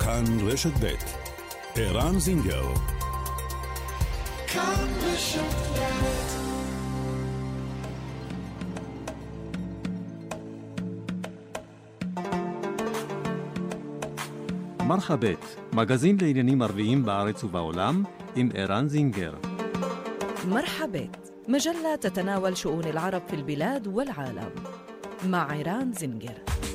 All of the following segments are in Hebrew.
כאן רשת ב' ערן זינגר. כאן רשת ב'. מרחבת, מגזין לעניינים ערביים בארץ ובעולם עם ערן זינגר. مرحبات، مجلة تتناول شؤون العرب في البلاد والعالم مع عران زنجر.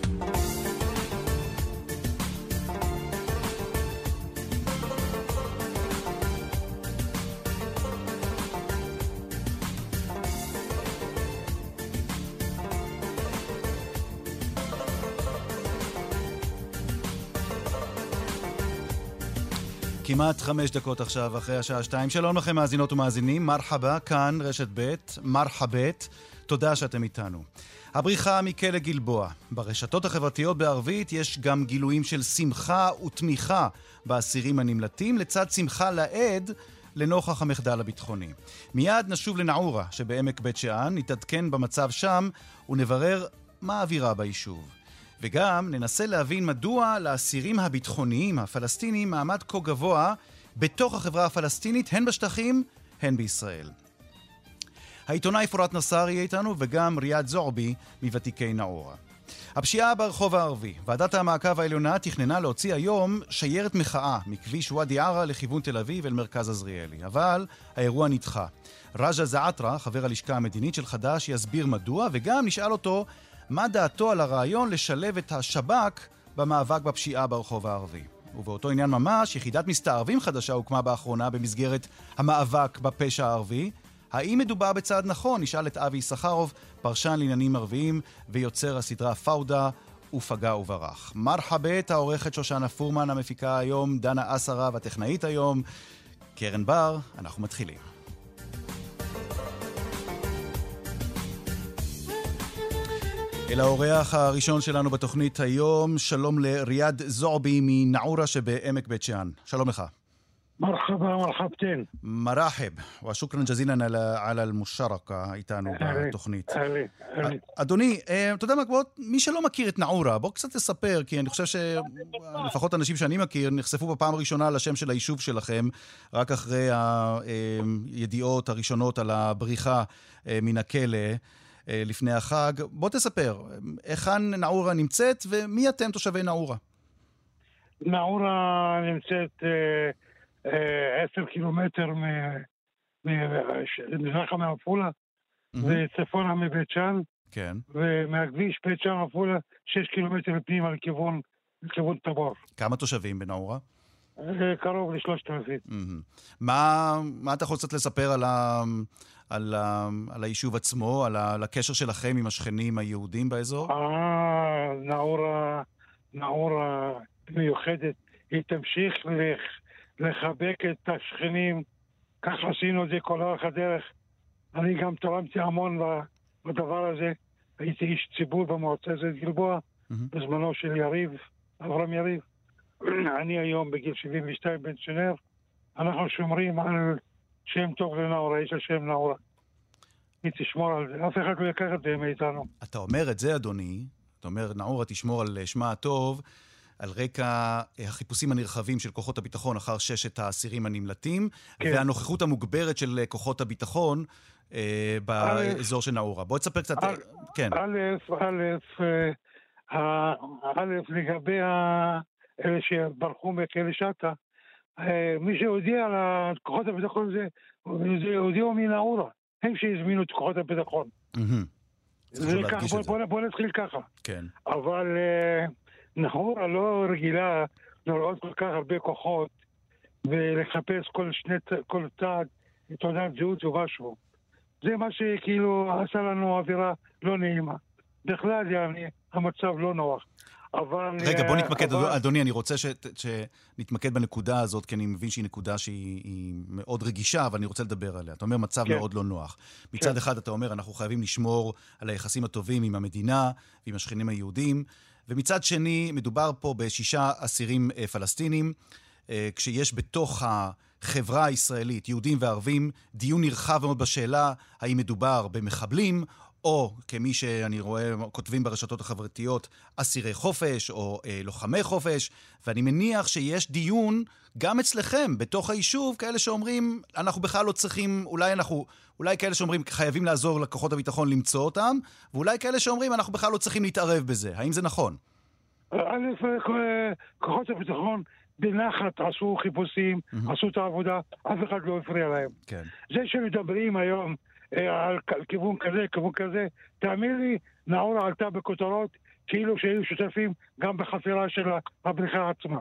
כמעט 5 דקות עכשיו אחרי השעה 2. שלום לכם מאזינות ומאזינים, מרחבה, כאן רשת ב', מרחבת, תודה שאתם איתנו. הבריחה מכלא גלבוע. ברשתות החברתיות בערבית יש גם גילויים של שמחה ותמיכה באסירים הנמלטים, לצד שמחה לעד לנוכח המחדל הביטחוני. מיד נשוב לנעורה שבעמק בית שאן, נתעדכן במצב שם ונברר מה האווירה ביישוב. וגם ננסה להבין מדוע לאסירים הביטחוניים הפלסטינים מעמד כה גבוה בתוך החברה הפלסטינית, הן בשטחים, הן בישראל. העיתונאי פורת נסאר יהיה איתנו, וגם ריאד זועבי מוותיקי נעורה. הפשיעה ברחוב הערבי. ועדת המעקב העליונה תכננה להוציא היום שיירת מחאה מכביש ואדי ערה לכיוון תל אביב אל מרכז עזריאלי. אבל האירוע נדחה. רג'ה זעתרה, חבר הלשכה המדינית של חד"ש, יסביר מדוע, וגם נשאל אותו מה דעתו על הרעיון לשלב את השב"כ במאבק בפשיעה ברחוב הערבי. ובאותו עניין ממש, יחידת מסתערבים חדשה הוקמה באחרונה במסגרת המאבק בפשע הערבי. האם מדובר בצעד נכון? נשאל את אבי סחרוב, פרשן לעניינים ערביים ויוצר הסדרה פאודה ופגע וברח. מרחבת, העורכת שושנה פורמן, המפיקה היום דנה אסרה והטכנאית היום קרן בר. אנחנו מתחילים. אל האורח הראשון שלנו בתוכנית היום, שלום לריאד זועבי מנעורה שבעמק בית שאן. שלום לך. مرحبا مرحبتين. مرحب وشكرا جزيلا على المشاركة איתנו בתוכנית. אדוני, אתה יודע מה, מי שלא מכיר את נעורה, בוא קצת תספר, כי אני חושב שלפחות אנשים שאני מכיר נחשפו בפעם הראשונה לשם של היישוב שלכם, רק אחרי הידיעות הראשונות על הבריחה מן הכלא לפני החג. בוא תספר, היכן נעורה נמצאת ומי אתם תושבי נעורה? נעורה נמצאת 10 קילומטר מזרחה מעפולה וצפונה מבית שאן, כן. ומהכביש בית שאן עפולה 6 קילומטר פנימה לכיוון תבור. כמה תושבים בנעורה? קרוב ל3,000. מה אתה יכול קצת לספר על היישוב עצמו, על הקשר שלכם עם השכנים היהודים באזור? נעורה מיוחדת, היא תמשיך לחבק את השכנים, כך עשינו את זה כל אורך הדרך. אני גם תרמתי המון בדבר הזה, הייתי איש ציבור במועצה הזאת גלבוע, בזמנו של יריב, אברהם יריב. אני היום בגיל 72 פנסיונר, אנחנו שומרים על שם טוב לנעורה, יש השם נעורה. היא תשמור על זה, אף אחד לא יקח את זה מאיתנו. אתה אומר את זה, אדוני, אתה אומר נעורה תשמור על שמה הטוב, על רקע החיפושים הנרחבים של כוחות הביטחון אחר 6 האסירים הנמלטים, כן. והנוכחות המוגברת של כוחות הביטחון באזור של נעורה. בוא תספר קצת. כן. א', לגבי אלה שברחו מכלא שאטה, מי שהודיע על כוחות הביטחון זה הודיעו מנעורה, הם שהזמינו את כוחות הביטחון. בוא נתחיל ככה. כן. אבל נעורה לא רגילה לראות כל כך הרבה כוחות ולחפש כל צעד תעודת זהות ומשהו. זה מה שכאילו עשה לנו אווירה לא נעימה. בכלל המצב לא נוח. רגע, בוא נתמקד, אדוני, אני רוצה שנתמקד בנקודה הזאת, כי אני מבין שהיא נקודה שהיא מאוד רגישה, אבל אני רוצה לדבר עליה. אתה אומר מצב מאוד לא נוח. מצד אחד אתה אומר, אנחנו חייבים לשמור על היחסים הטובים עם המדינה ועם השכנים היהודים, ומצד שני, מדובר פה ב6 אסירים פלסטינים, כשיש בתוך החברה הישראלית, יהודים וערבים, דיון נרחב מאוד בשאלה, האם מדובר במחבלים או כמי שאני רואה, כותבים ברשתות החברתיות, אסירי חופש או לוחמי חופש, ואני מניח שיש דיון גם אצלכם, בתוך היישוב, כאלה שאומרים, אנחנו בכלל לא צריכים, אולי כאלה שאומרים, חייבים לעזור לכוחות הביטחון למצוא אותם, ואולי כאלה שאומרים, אנחנו בכלל לא צריכים להתערב בזה. האם זה נכון? כוחות הביטחון בנחת עשו חיפושים, עשו את העבודה, אף אחד לא הפריע להם. כן. זה שמדברים היום על כיוון כזה, תאמין לי, נאורה עלתה בכותרות כאילו שהיו שותפים גם בחפירה של הבריכה עצמה.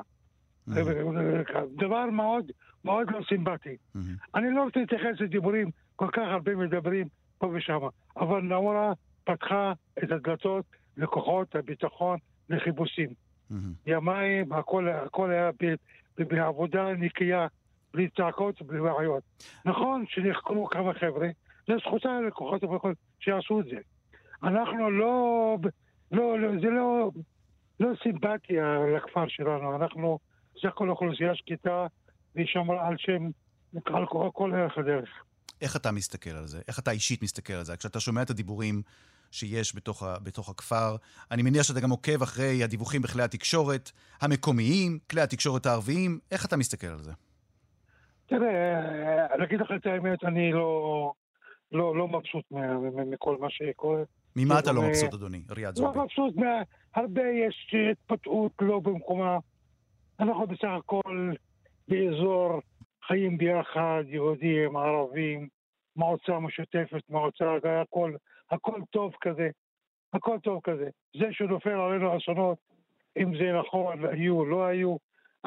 דבר מאוד מאוד לא סימפטי. אני לא רוצה להתייחס לדיבורים, כל כך הרבה מדברים פה ושם, אבל נאורה פתחה את הדלתות לכוחות הביטחון לחיפושים. ימיים, הכל היה בעבודה נקייה, בלי צעקות, בלי בעיות. נכון שנחקרו כמה חבר'ה, זה זכותה לכוחות הביטחון שיעשו את זה. אנחנו זה לא סימפתיה לכפר שלנו, אנחנו זה כל אוכלוסייה שקטה, והיא שמרה על שם, על כל ערך הדרך. איך אתה מסתכל על זה? איך אתה אישית מסתכל על זה? כשאתה שומע את הדיבורים שיש בתוך הכפר, אני מניח שאתה גם עוקב אחרי הדיווחים בכלי התקשורת המקומיים, כלי התקשורת הערביים, איך אתה מסתכל על זה? תראה, להגיד לך את האמת, אני לא מבסוט מכל מה שקורה. ממה אתה לא מבסוט, אדוני? ריאד זועבי. לא מבסוט, הרבה יש התפתחות לא במקומה. אנחנו בסך הכל באזור חיים ביחד, יהודים, ערבים, מועצה משותפת, מועצה, הכל טוב כזה. הכל טוב כזה. זה שנופל עלינו אסונות, אם זה נכון, היו, לא היו.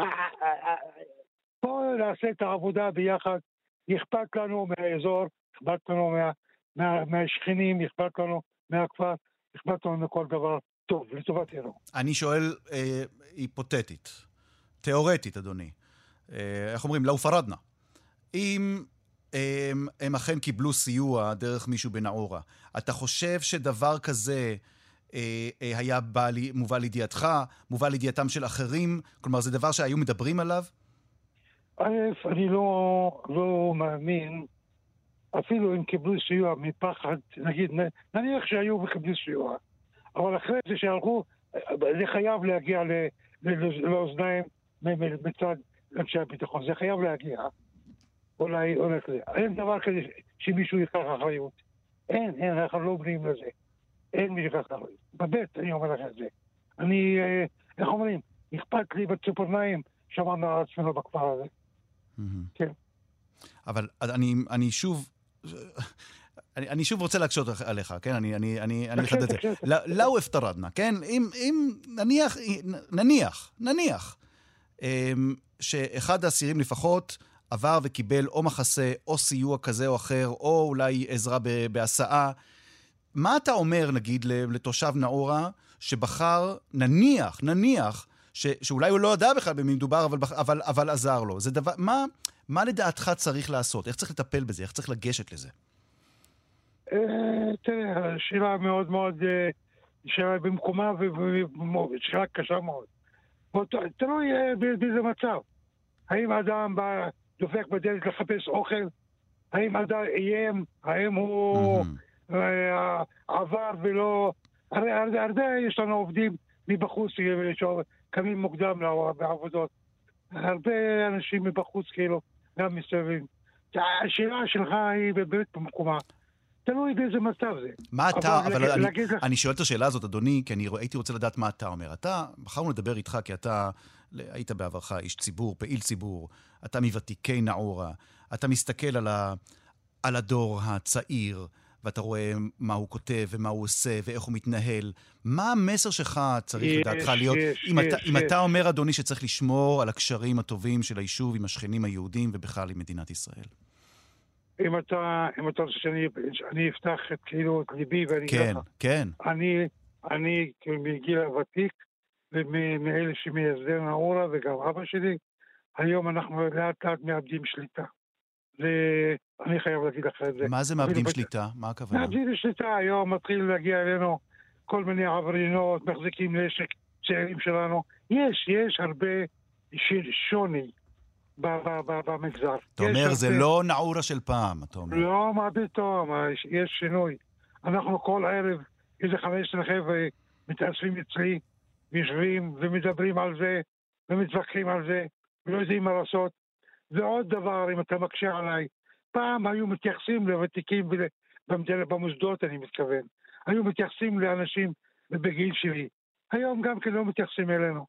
בואו נעשה את העבודה ביחד. אכפת לנו מהאזור, אכפת לנו מהשכנים, אכפת לנו מהכפר, אכפת לנו מכל דבר טוב, לטובתנו. אני שואל היפותטית, תיאורטית, אדוני. איך אומרים? לא פרדנה. אם הם אכן קיבלו סיוע דרך מישהו בנאורה, אתה חושב שדבר כזה היה מובא לידיעתך, מובא לידיעתם של אחרים? כלומר, זה דבר שהיו מדברים עליו? אני לא מאמין, אפילו אם קיבלו סיוע מפחד, נניח שהיו וקיבלו סיוע, אבל אחרי זה שהלכו, זה חייב להגיע לאוזניים מצד אנשי הביטחון, זה חייב להגיע. אולי כזה. אין דבר כזה שמישהו ייקח אחריות. אין, אנחנו לא בנים לזה. אין מי ייקח אחריות. בבית, אני אומר לך את זה. אני, איך אומרים, אכפת לי בציפורניים, שמענו על עצמנו בכפר הזה. כן. אבל אני שוב רוצה להקשות עליך, כן? אני אחדד את זה. לא הפתרדנה, כן? אם נניח, שאחד האסירים לפחות עבר וקיבל או מחסה, או סיוע כזה או אחר, או אולי עזרה בהסעה, מה אתה אומר, נגיד, לתושב נאורה, שבחר, נניח, שאולי הוא לא ידע בכלל במי מדובר, אבל עזר לו? זה דבר, מה לדעתך צריך לעשות? איך צריך לטפל בזה? איך צריך לגשת לזה? תראה, שאלה מאוד מאוד, שאלה במקומה ושאלה קשה מאוד. תלוי באיזה מצב. האם האדם בא דופק בדלת לחפש אוכל? האם האדם איים? האם הוא עבר ולא... הרבה יש לנו עובדים מבחוץ, קמים מוקדם בעבודות. הרבה אנשים מבחוץ כאילו גם מסתובבים. השאלה שלך היא באמת במקומה. תלוי באיזה מצב זה. מה אתה, אני שואל את השאלה הזאת, אדוני, כי אני הייתי רוצה לדעת מה אתה אומר. בחרנו לדבר איתך, כי אתה היית בעברך איש ציבור, פעיל ציבור, אתה מוותיקי נאורה, אתה מסתכל על הדור הצעיר, ואתה רואה מה הוא כותב ומה הוא עושה ואיך הוא מתנהל. מה המסר שלך צריך לדעתך להיות? אם אתה אומר, אדוני, שצריך לשמור על הקשרים הטובים של היישוב עם השכנים היהודים ובכלל עם מדינת ישראל. אם אתה רוצה שאני אפתח את כאילו את ליבי ואני ככה. כן. אני מגיל הוותיק ומאלה שמייסדי נאורה וגם אבא שלי, היום אנחנו לאט מאבדים שליטה. ואני חייב להגיד לך את זה. מה זה מאבדים שליטה? מה הכוונה? מאבדים שליטה, היום מתחיל להגיע אלינו כל מיני עבריינות, מחזיקים נשק, צעירים שלנו. יש הרבה שוני במגזר. אתה אומר, זה לא נאורה של פעם, אתה אומר. לא, מה פתאום, יש שינוי. אנחנו כל ערב, איזה 15 חבר'ה מתאספים אצלי, ויושבים ומדברים על זה, ומתווכחים על זה, ולא יודעים מה לעשות. ועוד דבר, אם אתה מקשה עליי, פעם היו מתייחסים לוותיקים במוסדות, אני מתכוון. היו מתייחסים לאנשים בגיל שלי. היום גם כן לא מתייחסים אלינו.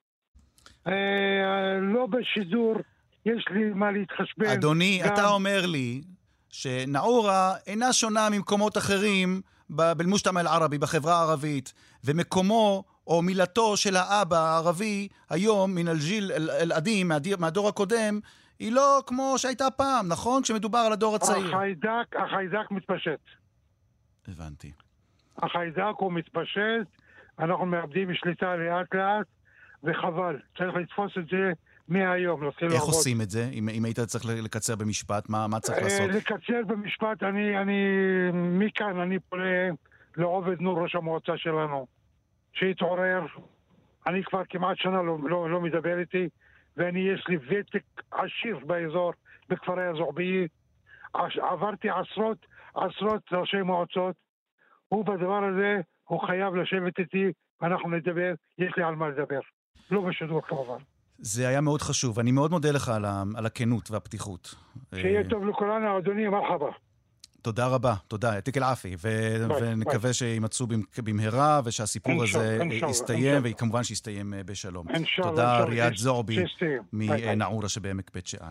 לא בשידור, יש לי מה להתחשבן. אדוני, אתה אומר לי שנאורה אינה שונה ממקומות אחרים בלמושתמע אל-ערבי, בחברה הערבית, ומקומו או מילתו של האבא הערבי היום מן אל-ג'יל אל-אדים, מהדור הקודם, היא לא כמו שהייתה פעם, נכון? כשמדובר על הדור הצעיר. החיידק מתפשט. הבנתי. החיידק הוא מתפשט, אנחנו מאבדים שליטה לאט לאט, וחבל. צריך לתפוס את זה מהיום. איך עושים את זה? אם היית צריך לקצר במשפט, מה צריך לעשות? לקצר במשפט, מכאן אני פונה לעובד נור ראש המועצה שלנו, שהתעורר. אני כבר כמעט שנה לא מדבר איתי, יש לי ותק עשיר באזור, בכפרי הזועבי. עברתי עשרות ראשי מועצות. הוא בדבר הזה, הוא חייב לשבת איתי, ואנחנו נדבר, יש לי על מה לדבר. לא בשידור כמובן. זה היה מאוד חשוב, אני מאוד מודה לך על הכנות והפתיחות. שיהיה טוב לכולנו, אדוני, מרחבה. תודה רבה, תודה, יתיק אל-עפי, ונקווה שימצאו במהרה, ושהסיפור הזה יסתיים, וכמובן שיסתיים בשלום. תודה ריאד זועבי, מנעורה שבעמק בית שאן.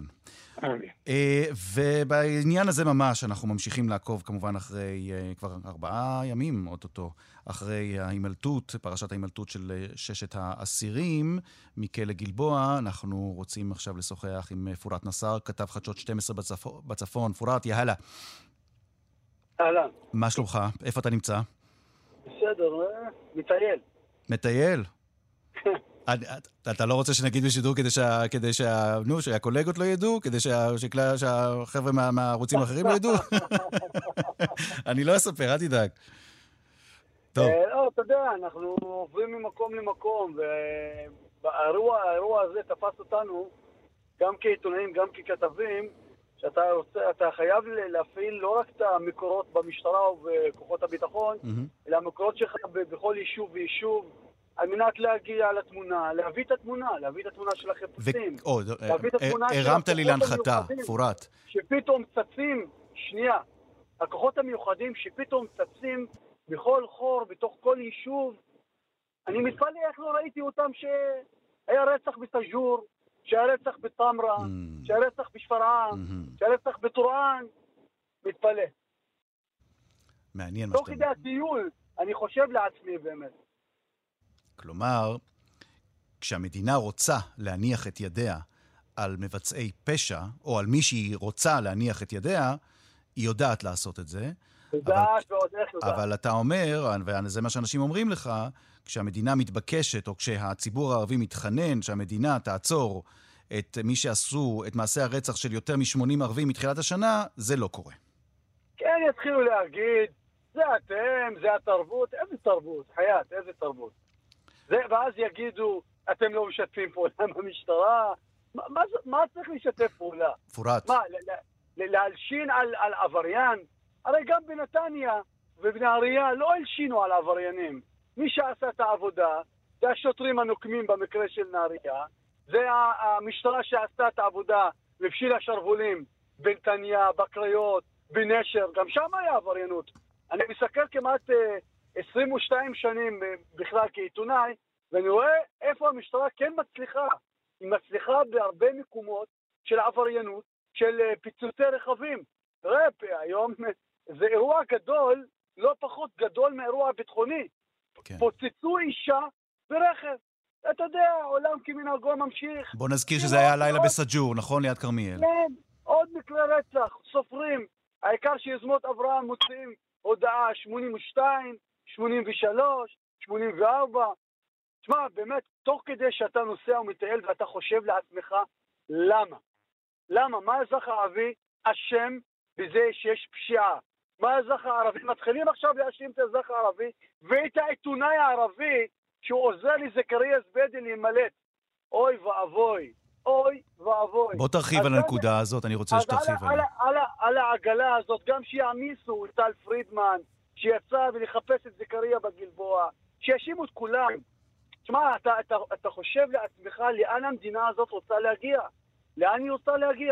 ובעניין הזה ממש אנחנו ממשיכים לעקוב כמובן אחרי כבר 4 ימים אוטוטו אחרי ההימלטות, פרשת ההימלטות של 6 האסירים מכלא גלבוע. אנחנו רוצים עכשיו לשוחח עם פוראת נסאר, כתב חדשות 12 בצפון. פוראת, יהלה. אהלן. מה שלומך? איפה אתה נמצא? בסדר, מטייל. מטייל? אתה לא רוצה שנגיד בשידור כדי שהקולגות לא ידעו? כדי שהחבר'ה מהערוצים האחרים לא ידעו? אני לא אספר, אל תדאג. טוב. לא, אתה יודע, אנחנו עוברים ממקום למקום, והאירוע הזה תפס אותנו, גם כעיתונאים, גם ככתבים, שאתה חייב להפעיל לא רק את המקורות במשטרה ובכוחות הביטחון, אלא המקורות שלך בכל יישוב ויישוב, על מנת להגיע לתמונה, להביא את התמונה של החיפושים. הרמת לי להנחתה, פוראת. שפתאום צצים, הכוחות המיוחדים שפתאום צצים בכל חור, בתוך כל יישוב. אני מתפלא איך לא ראיתי אותם שהיה רצח בסג'ור, שהיה רצח בתמרה, שהיה רצח בשפרעם, שהיה רצח בטורען. מתפלא. מעניין. תוך כדי הטיול, אני חושב לעצמי באמת. כלומר, כשהמדינה רוצה להניח את ידיה על מבצעי פשע, או על מי שהיא רוצה להניח את ידיה, היא יודעת לעשות את זה. אבל אתה אומר, וזה מה שאנשים אומרים לך, כשהמדינה מתבקשת, או כשהציבור הערבי מתחנן שהמדינה תעצור את מי שעשו את מעשה הרצח של יותר מ-80 ערבים מתחילת השנה, זה לא קורה. כן, יתחילו להגיד, זה אתם, זה התרבות. איזה תרבות? חיית, איזה תרבות? ואז יגידו, אתם לא משתפים פעולה עם המשטרה. מה צריך לשתף פעולה? פוראת. מה, להלשין על עבריין? הרי גם בנתניה ובנהריה לא הלשינו על עבריינים. מי שעשה את העבודה, זה השוטרים הנוקמים במקרה של נהריה, זה המשטרה שעשתה את העבודה בפשיל השרבולים, בנתניה, בקריות, בנשר, גם שם היה עבריינות. אני מסקר כמעט 22 שנים בכלל כעיתונאי, ואני רואה איפה המשטרה כן מצליחה. היא מצליחה בהרבה מקומות של עבריינות, של פיצוצי רכבים. תראה, היום זה אירוע גדול, לא פחות גדול מאירוע ביטחוני. כן. פוצצו אישה ברכב. אתה יודע, עולם כמנהגו ממשיך. בוא נזכיר שזה היה לילה בסג'ור, נכון? ליד כרמיאל. כן, עוד מקרה רצח, סופרים. העיקר שיוזמות אברהם מוצאים הודעה 82, 83, 84. תשמע, באמת, תוך כדי שאתה נוסע ומטייל ואתה חושב לעצמך, למה? למה? מה האזרח הערבי אשם בזה שיש פשיעה? מה האזרח הערבי? מתחילים עכשיו להאשים את האזרח הערבי ואת העיתונאי הערבי שהוא עוזר לזכריה זבדי להימלט. אוי ואבוי, אוי ואבוי. בוא תרחיב על הנקודה הזאת, אני רוצה שתרחיב עליה. על העגלה הזאת, גם שיעמיסו טל פרידמן, שיצא ולחפש את זכריה בגלבוע, שישימו את כולם. תשמע, אתה חושב לעצמך לאן המדינה הזאת רוצה להגיע? לאן היא רוצה להגיע?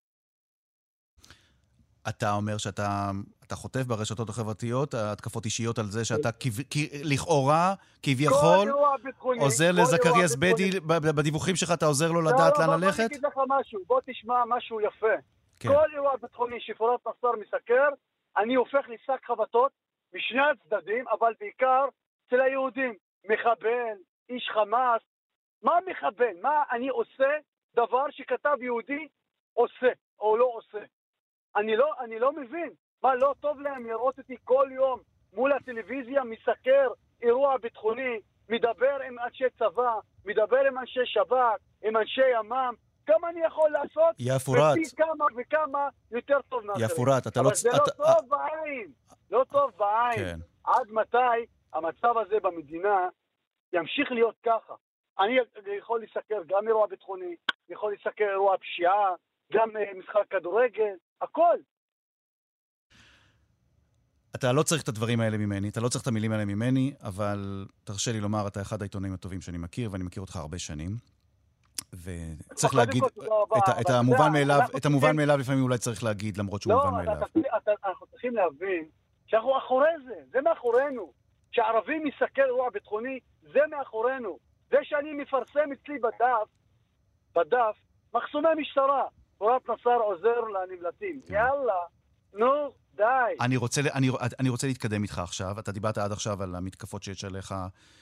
אתה אומר שאתה חוטף ברשתות החברתיות, התקפות אישיות על זה שאתה לכאורה, כביכול, עוזר לזכריה זבדי, בדיווחים שלך אתה עוזר לו לדעת לאן ללכת? בוא נגיד לך משהו, בוא תשמע משהו יפה. כל אירוע ביטחוני שפורת נסאר מסקר, אני הופך לשק חבטות משני הצדדים, אבל בעיקר אצל היהודים. מחבל, איש חמאס. מה מחבל? מה אני עושה דבר שכתב יהודי עושה או לא עושה? אני לא מבין. מה, לא טוב להם לראות אותי כל יום מול הטלוויזיה מסקר אירוע ביטחוני, מדבר עם אנשי צבא, מדבר עם אנשי שב"כ, עם אנשי ימ"מ, כמה אני יכול לעשות? יפורט. ופי כמה וכמה יותר טוב מאחרים. יפורט, אתה לא... אבל זה לא טוב בעין. לא טוב בעין. כן. עד מתי המצב הזה במדינה ימשיך להיות ככה? אני יכול לסקר גם אירוע ביטחוני, יכול לסקר אירוע פשיעה, גם משחק כדורגל, הכל. אתה לא צריך את הדברים האלה ממני, אתה לא צריך את המילים האלה ממני, אבל תרשה לי לומר, אתה אחד העיתונאים הטובים שאני מכיר, ואני מכיר אותך הרבה שנים. וצריך להגיד, את המובן מאליו לפעמים אולי צריך להגיד, למרות שהוא מובן מאליו. אנחנו צריכים להבין שאנחנו אחורי זה, זה מאחורינו. שהערבים מסקר אירוע ביטחוני, זה מאחורינו. זה שאני מפרסם אצלי בדף, מחסומי משטרה. פורת נסאר עוזר לנמלטים. יאללה, נו, די. אני רוצה להתקדם איתך עכשיו. אתה דיברת עד עכשיו על המתקפות שיש עליך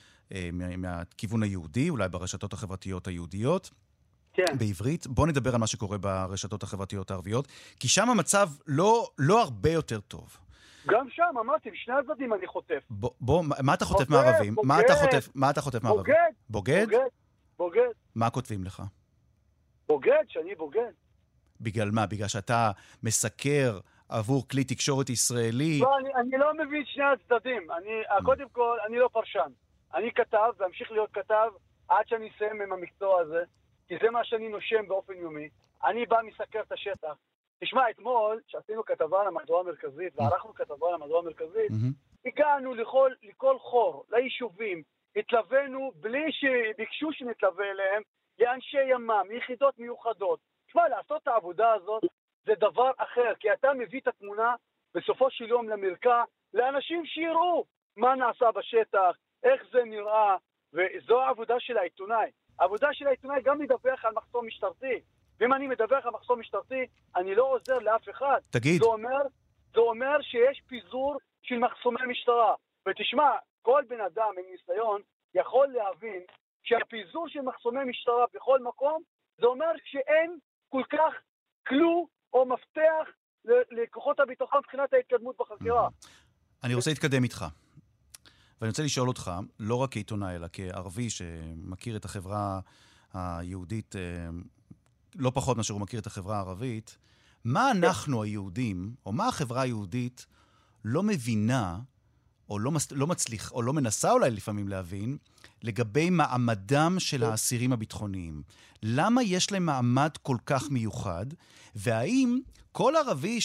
מהכיוון היהודי, אולי ברשתות החברתיות היהודיות. כן. בעברית. בוא נדבר על מה שקורה ברשתות החברתיות הערביות, כי שם המצב לא הרבה יותר טוב. גם שם, אמרתי, בשני הצדדים אני חוטף. מה אתה חוטף מערבים? מה אתה חוטף מערבים? בוגד. בוגד. מה כותבים לך? בוגד, שאני בוגד. בגלל מה? בגלל שאתה מסקר עבור כלי תקשורת ישראלי? לא, אני לא מבין שני הצדדים. קודם כל, אני לא פרשן. אני כתב, ואמשיך להיות כתב, עד שאני אסיים עם המקצוע הזה, כי זה מה שאני נושם באופן יומי. אני בא מסקר את השטח. תשמע, אתמול, שעשינו כתבה למהדורה המרכזית, וערכנו כתבה למהדורה המרכזית, הגענו לכל חור, ליישובים, התלווינו בלי שביקשו שנתלווה אליהם, לאנשי ימ"מ, יחידות מיוחדות. תשמע, לעשות את העבודה הזאת זה דבר אחר, כי אתה מביא את התמונה בסופו של יום למרקע, לאנשים שיראו מה נעשה בשטח, איך זה נראה, וזו העבודה של העיתונאי. העבודה של העיתונאי גם לדווח על מחסום משטרתי. ואם אני מדווח על מחסום משטרתי, אני לא עוזר לאף אחד. תגיד. זה אומר שיש פיזור של מחסומי משטרה. ותשמע, כל בן אדם עם ניסיון יכול להבין שהפיזור של מחסומי משטרה בכל מקום, זה אומר שאין כל כך כלוא או מפתח לכוחות הביטחון מבחינת ההתקדמות בחקירה. אני רוצה להתקדם איתך. ואני רוצה לשאול אותך, לא רק כעיתונאי, אלא כערבי שמכיר את החברה היהודית, לא פחות מאשר הוא מכיר את החברה הערבית, מה אנחנו היהודים, או מה החברה היהודית לא מבינה, או לא מצליח, או לא מנסה אולי לפעמים להבין, לגבי מעמדם של האסירים הביטחוניים. למה יש להם מעמד כל כך מיוחד, והאם כל ערבי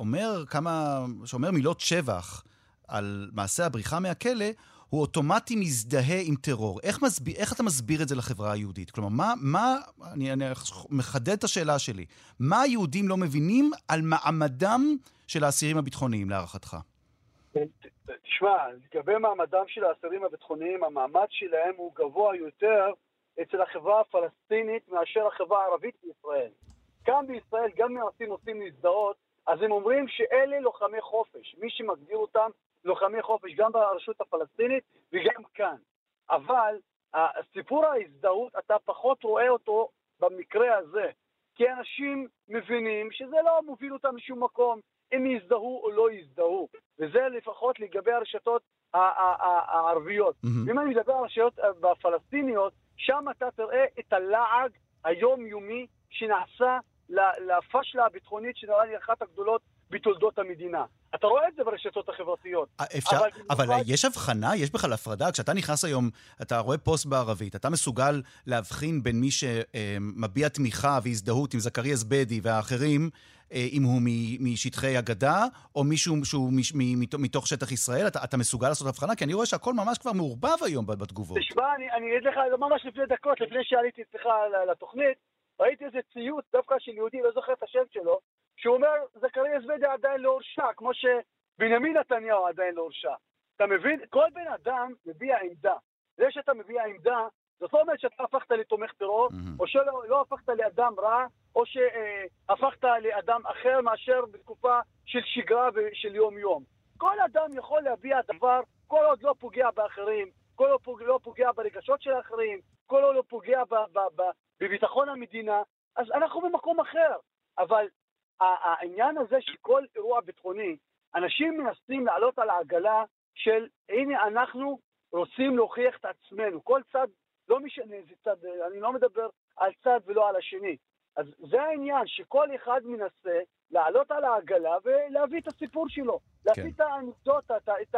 שאומר מילות שבח על מעשה הבריחה מהכלא, הוא אוטומטי מזדהה עם טרור. איך אתה מסביר את זה לחברה היהודית? כלומר, אני מחדד את השאלה שלי. מה היהודים לא מבינים על מעמדם של האסירים הביטחוניים, להערכתך? תשמע, לגבי מעמדם של האסירים הביטחוניים, המעמד שלהם הוא גבוה יותר אצל החברה הפלסטינית מאשר החברה הערבית בישראל. כאן בישראל, גם מנסים עושים להזדהות, אז הם אומרים שאלה לוחמי חופש. מי שמגדיר אותם לוחמי חופש, גם ברשות הפלסטינית וגם כאן. אבל הסיפור ההזדהות, אתה פחות רואה אותו במקרה הזה. כי אנשים מבינים שזה לא מוביל אותם לשום מקום, אם יזדהו או לא יזדהו. וזה לפחות לגבי הרשתות הערביות. אם אני מדבר על הרשתות הפלסטיניות, שם אתה תראה את הלעג היומיומי שנעשה לפשלה הביטחונית שנראה לי אחת הגדולות בתולדות המדינה. אתה רואה את זה ברשתות החברתיות. אבל יש הבחנה, יש בכלל הפרדה. כשאתה נכנס היום, אתה רואה פוסט בערבית, אתה מסוגל להבחין בין מי שמביע תמיכה והזדהות עם זכריה זבדי והאחרים, אם הוא משטחי הגדה, או מישהו שהוא מתוך שטח ישראל, אתה מסוגל לעשות הבחנה? כי אני רואה שהכל ממש כבר מעורבב היום בתגובות. תשמע, אני אגיד לך, ממש לפני דקות, לפני שעליתי אצלך לתוכנית, ראיתי איזה ציוץ, דווקא של יהודי, לא זוכר את השם שלו, שהוא אומר, זכריה זבדי עדיין לא הורשע, כמו שבנימין נתניהו עדיין לא הורשע. אתה מבין? כל בן אדם מביע עמדה. זה שאתה מביע עמדה, זאת אומרת שאתה הפכת לתומך טרור, או שלא הפכת לאדם רע, או שהפכת לאדם אחר מאשר בתקופה של שגרה ושל יום-יום. כל אדם יכול להביע דבר, כל עוד לא פוגע באחרים, כל עוד לא פוגע ברגשות של האחרים, כל עוד לא פוגע בביטחון המדינה, אז אנחנו במקום אחר. אבל העניין הזה של כל אירוע ביטחוני, אנשים מנסים לעלות על העגלה של, הנה אנחנו רוצים להוכיח את עצמנו. כל צד, לא משנה איזה צד, אני לא מדבר על צד ולא על השני. אז זה העניין, שכל אחד מנסה לעלות על העגלה ולהביא את הסיפור שלו, להביא את האנקדוטה,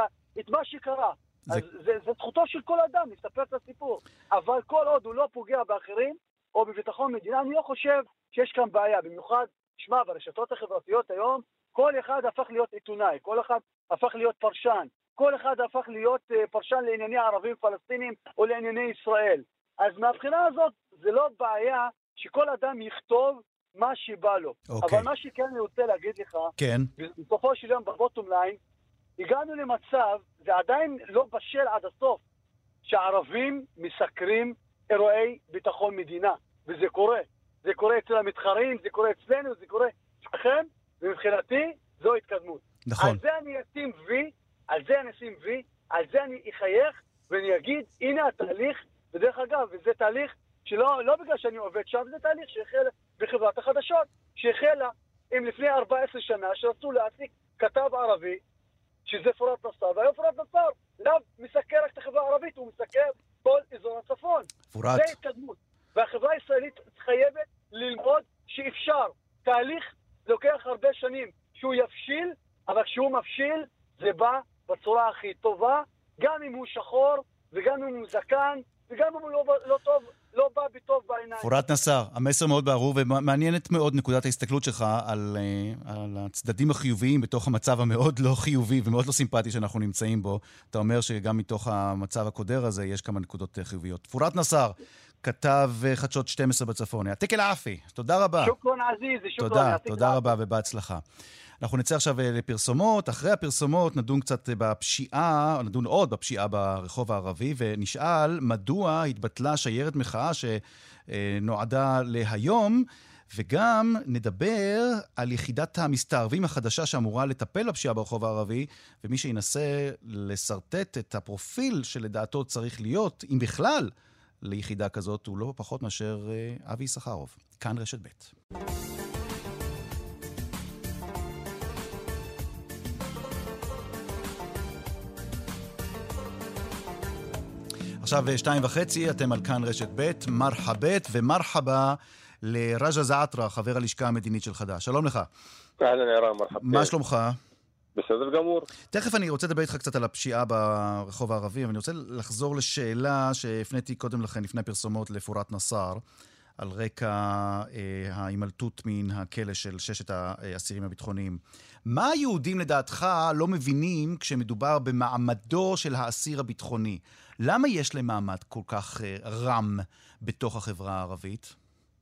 את מה שקרה. אז זה זכותו של כל אדם לספר את הסיפור. אבל כל עוד הוא לא פוגע באחרים, או בביטחון מדינה, אני לא חושב שיש כאן בעיה. במיוחד, שמע, ברשתות החברתיות היום, כל אחד הפך להיות עיתונאי, כל אחד הפך להיות פרשן, כל אחד הפך להיות פרשן לענייני ערבים פלסטינים או לענייני ישראל. אז מהבחינה הזאת, זה לא בעיה שכל אדם יכתוב מה שבא לו. אבל מה שכן אני רוצה להגיד לך, בסופו של יום בבוטום ליין, הגענו למצב, זה עדיין לא בשל עד הסוף, שהערבים מסקרים אירועי ביטחון מדינה, וזה קורה. זה קורה אצל המתחרים, זה קורה אצלנו, זה קורה אצלכם, ומבחינתי זו התקדמות. נכון. על זה אני אשים וי, על זה אני אשים וי, על זה אני אחייך, ואני אגיד, הנה התהליך, ודרך אגב, וזה תהליך שלא בגלל שאני עובד שם, זה תהליך שהחל בחברת החדשות, שהחלה עם לפני 14 שנה, שרצו להעסיק כתב ערבי, שזה פורת נסר, והיום פורת נסר, לא מסקר רק את החברה הערבית, הוא מסקר כל אזור הצפון. פורת. זה התקדמות. והחברה הישראלית חייבת ללמוד שאפשר. תהליך לוקח הרבה שנים שהוא יבשיל, אבל כשהוא מבשיל, זה בא בצורה הכי טובה, גם אם הוא שחור, וגם אם הוא זקן, וגם אם הוא לא טוב, לא בא בטוב בעיניים. פורת נסר, המסר מאוד ברור, ומעניינת מאוד נקודת ההסתכלות שלך על הצדדים החיוביים בתוך המצב המאוד לא חיובי ומאוד לא סימפטי שאנחנו נמצאים בו. אתה אומר שגם מתוך המצב הקודר הזה יש כמה נקודות חיוביות. פורת נסר, כתב חדשות 12 בצפון. יעתיק אל-עפי, תודה רבה. שוקרון עזיז, שוקרון. תודה רבה ובהצלחה. אנחנו נצא עכשיו לפרסומות, אחרי הפרסומות נדון קצת בפשיעה, נדון עוד בפשיעה ברחוב הערבי, ונשאל מדוע התבטלה שיירת מחאה שנועדה להיום, וגם נדבר על יחידת המסתערבים החדשה שאמורה לטפל בפשיעה ברחוב הערבי, ומי שינסה לסרטט את הפרופיל שלדעתו צריך להיות, אם בכלל, ליחידה כזאת, הוא לא פחות מאשר אבי יששכרוב. כאן רשת ב'. עכשיו 2:30, אתם על כאן רשת ב', מרחבת ומרחבה לרג'ה זעתרה, חבר הלשכה המדינית של חד"ש. שלום לך. אהלן ערן, מרחבה. מה שלומך? בסדר גמור. תכף אני רוצה לדבר איתך קצת על הפשיעה ברחוב הערבי, אבל אני רוצה לחזור לשאלה שהפניתי קודם לכן, לפני פרסומות לפורת נסר, על רקע ההימלטות מן הכלא של 6 האסירים הביטחוניים. מה היהודים לדעתך לא מבינים כשמדובר במעמדו של האסיר הביטחוני? למה יש להם מעמד כל כך רם בתוך החברה הערבית?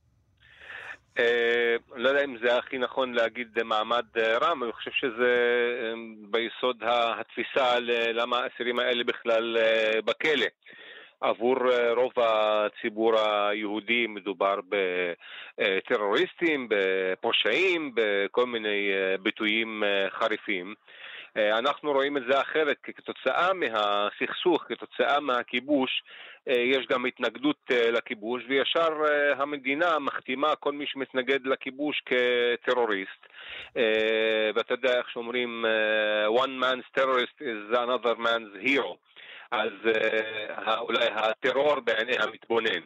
לא יודע אם זה הכי נכון להגיד מעמד רם, אני חושב שזה ביסוד התפיסה למה האסירים האלה בכלל בכלא. עבור רוב הציבור היהודי מדובר בטרוריסטים, בפושעים, בכל מיני ביטויים חריפים. אנחנו רואים את זה אחרת, כתוצאה מהסכסוך, כתוצאה מהכיבוש, יש גם התנגדות לכיבוש, וישר המדינה מחתימה כל מי שמתנגד לכיבוש כטרוריסט. ואתה יודע איך שאומרים, one man's terrorist is another man's hero. אז אולי הטרור בעיני המתבונן.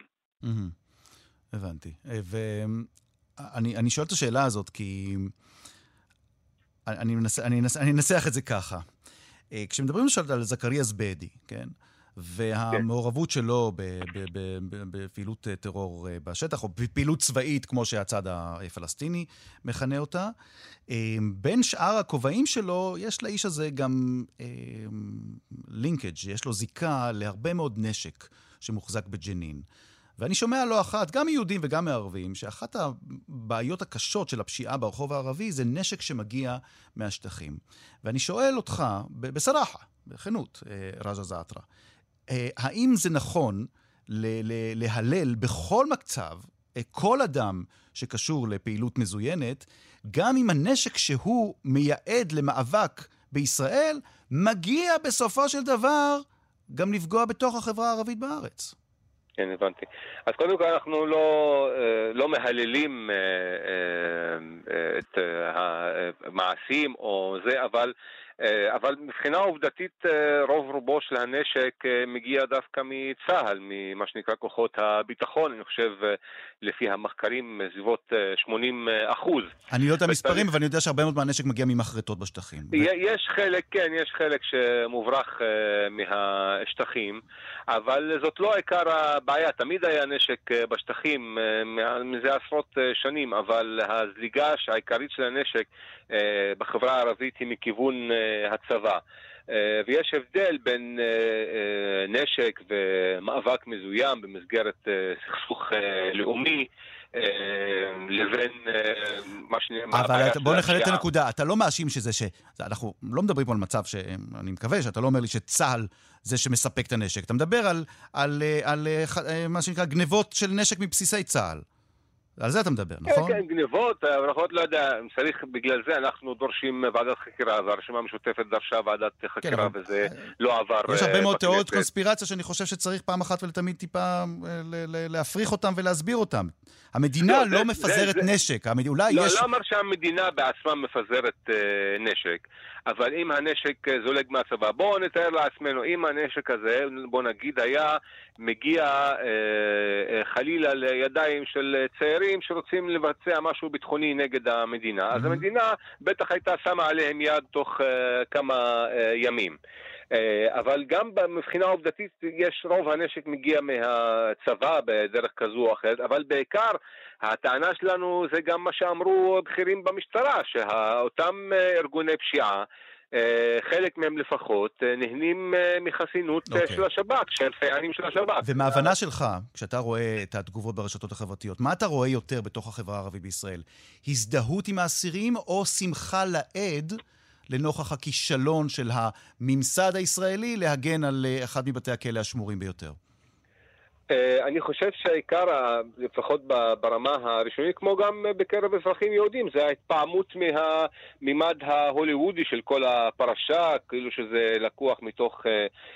הבנתי. ואני שואל את השאלה הזאת, כי אני אנסח את זה ככה. כשמדברים למשל על זכריה זביידי, כן? והמעורבות שלו בפעילות טרור בשטח, או בפעילות צבאית, כמו שהצד הפלסטיני מכנה אותה, בין שאר הכובעים שלו, יש לאיש הזה גם לינקג', יש לו זיקה להרבה מאוד נשק שמוחזק בג'נין. ואני שומע לא אחת, גם מיהודים וגם מערבים, שאחת הבעיות הקשות של הפשיעה ברחוב הערבי זה נשק שמגיע מהשטחים. ואני שואל אותך, בסרחה, בכנות, רג'ה זעתרה, האם זה נכון להלל בכל מקצב כל אדם שקשור לפעילות מזוינת, גם אם הנשק שהוא מייעד למאבק בישראל, מגיע בסופו של דבר גם לפגוע בתוך החברה הערבית בארץ? כן, הבנתי. אז קודם כל אנחנו לא מהללים את המעשים או זה, אבל מבחינה עובדתית רוב רובו של הנשק מגיע דווקא מצה"ל, ממה שנקרא כוחות הביטחון. אני חושב לפי המחקרים סביבות 80%. אני לא יודע מספרים, אבל אני יודע שהרבה מאוד מהנשק מגיע ממחרטות בשטחים. יש חלק, כן, יש חלק שמוברח מהשטחים, אבל זאת לא עיקר הבעיה. תמיד היה נשק בשטחים מזה עשרות שנים, אבל הזליגה העיקרית של הנשק בחברה הערבית היא מכיוון הצבא. ויש הבדל בין נשק ומאבק מזוים במסגרת סכסוך לאומי לבין מה שנאמר... אבל בוא נחלט את הנקודה. אתה לא מאשים אנחנו לא מדברים פה על מצב שאני מקווה שאתה לא אומר לי שצה"ל זה שמספק את הנשק. אתה מדבר על מה שנקרא גנבות של נשק מבסיסי צה"ל. על זה אתה מדבר, נכון? כן, גנבות, לא יודע, צריך, בגלל זה אנחנו דורשים ועדת חקירה, והרשימה המשותפת דרשה ועדת חקירה, וזה לא עבר. יש הרבה מאוד תיאוריות קונספירציה שאני חושב שצריך פעם אחת ולתמיד טיפה להפריך אותם ולהסביר אותם. המדינה לא מפזרת נשק. לא אמר שהמדינה בעצמה מפזרת נשק, אבל אם הנשק זולג מהצבא, בואו נתאר לעצמנו, אם הנשק הזה, בואו נגיד, היה מגיע חלילה לידיים של צעירים שרוצים לבצע משהו ביטחוני נגד המדינה, אז המדינה בטח הייתה שמה עליהם יד תוך כמה ימים. אבל גם מבחינה עובדתית רוב הנשק מגיע מהצבא בדרך כזו או אחרת, אבל בעיקר הטענה שלנו זה גם מה שאמרו בכירים במשטרה, שאותם ארגוני פשיעה, חלק מהם לפחות, נהנים מחסינות של השב"כ, של סייענים של השב"כ. ומההבנה שלך, כשאתה רואה את התגובות ברשתות החברתיות, מה אתה רואה יותר בתוך החברה הערבית בישראל? הזדהות עם האסירים או שמחה לעד לנוכח הכישלון של הממסד הישראלי להגן על אחד מבתי הכלא השמורים ביותר? אני חושב שהעיקר, לפחות ברמה הראשונית, כמו גם בקרב אזרחים יהודים, זה ההתפעמות מהמימד ההוליוודי של כל הפרשה, כאילו שזה לקוח מתוך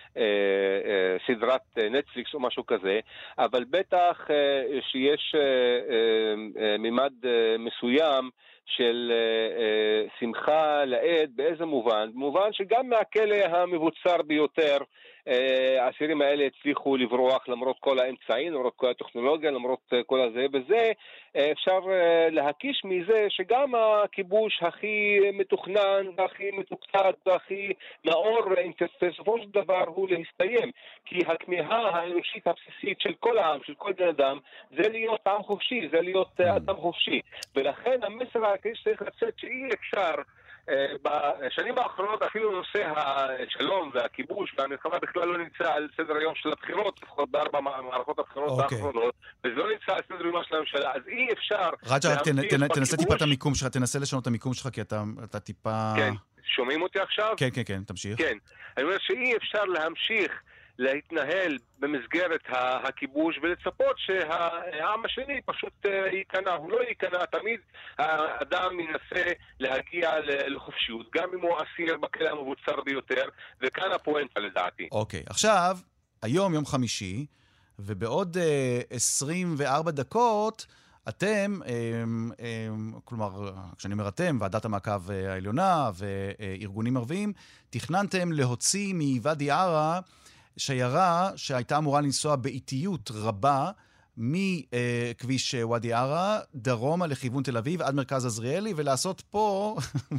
סדרת נטפליקס או משהו כזה, אבל בטח שיש מימד מסוים של שמחה לעד. באיזה מובן? במובן שגם מהכלא המבוצר ביותר האסירים האלה הצליחו לברוח למרות כל האמצעים, למרות כל הטכנולוגיה, למרות כל הזה, וזה אפשר להקיש מזה שגם הכיבוש הכי מתוכנן והכי מתוקצת והכי נאור בסופו של דבר הוא להסתיים, כי הכמיהה האנושית הבסיסית של כל העם, של כל בן אדם, זה להיות עם חופשי, זה להיות אדם חופשי, ולכן המסר העיקרי שצריך לצאת שאי אפשר בשנים האחרונות אפילו נושא השלום והכיבוש והמלחמה בכלל לא נמצא על סדר היום של הבחירות, לפחות בארבע מערכות הבחירות האחרונות, וזה לא נמצא על סדר היום של הממשלה, אז אי אפשר... רג'ה, תנסה טיפה את המיקום שלך, תנסה לשנות את המיקום שלך, כי אתה טיפה... כן, שומעים אותי עכשיו? כן, תמשיך. כן, אני אומר שאי אפשר להמשיך להתנהל במסגרת הכיבוש ולצפות שהעם השני פשוט ייכנע. הוא לא ייכנע, תמיד האדם ינסה להגיע לחופשיות, גם אם הוא אסיר בכלא המבוצר ביותר, וכאן הפואנטה לדעתי. אוקיי, עכשיו, היום יום חמישי, ובעוד 24 דקות, אתם, כלומר, כשאני אומר אתם, ועדת המעקב העליונה וארגונים ערביים, תכננתם להוציא מוואדי ערה שיירה שהייתה אמורה לנסוע באיטיות רבה מכביש ואדי ערה, דרומה לכיוון תל אביב, עד מרכז עזריאלי, ולעשות פה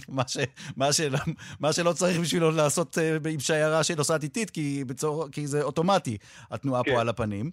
מה שלא צריך בשבילו לעשות עם שיירה שנוסעת איטית, כי זה אוטומטי, התנועה פה על הפנים.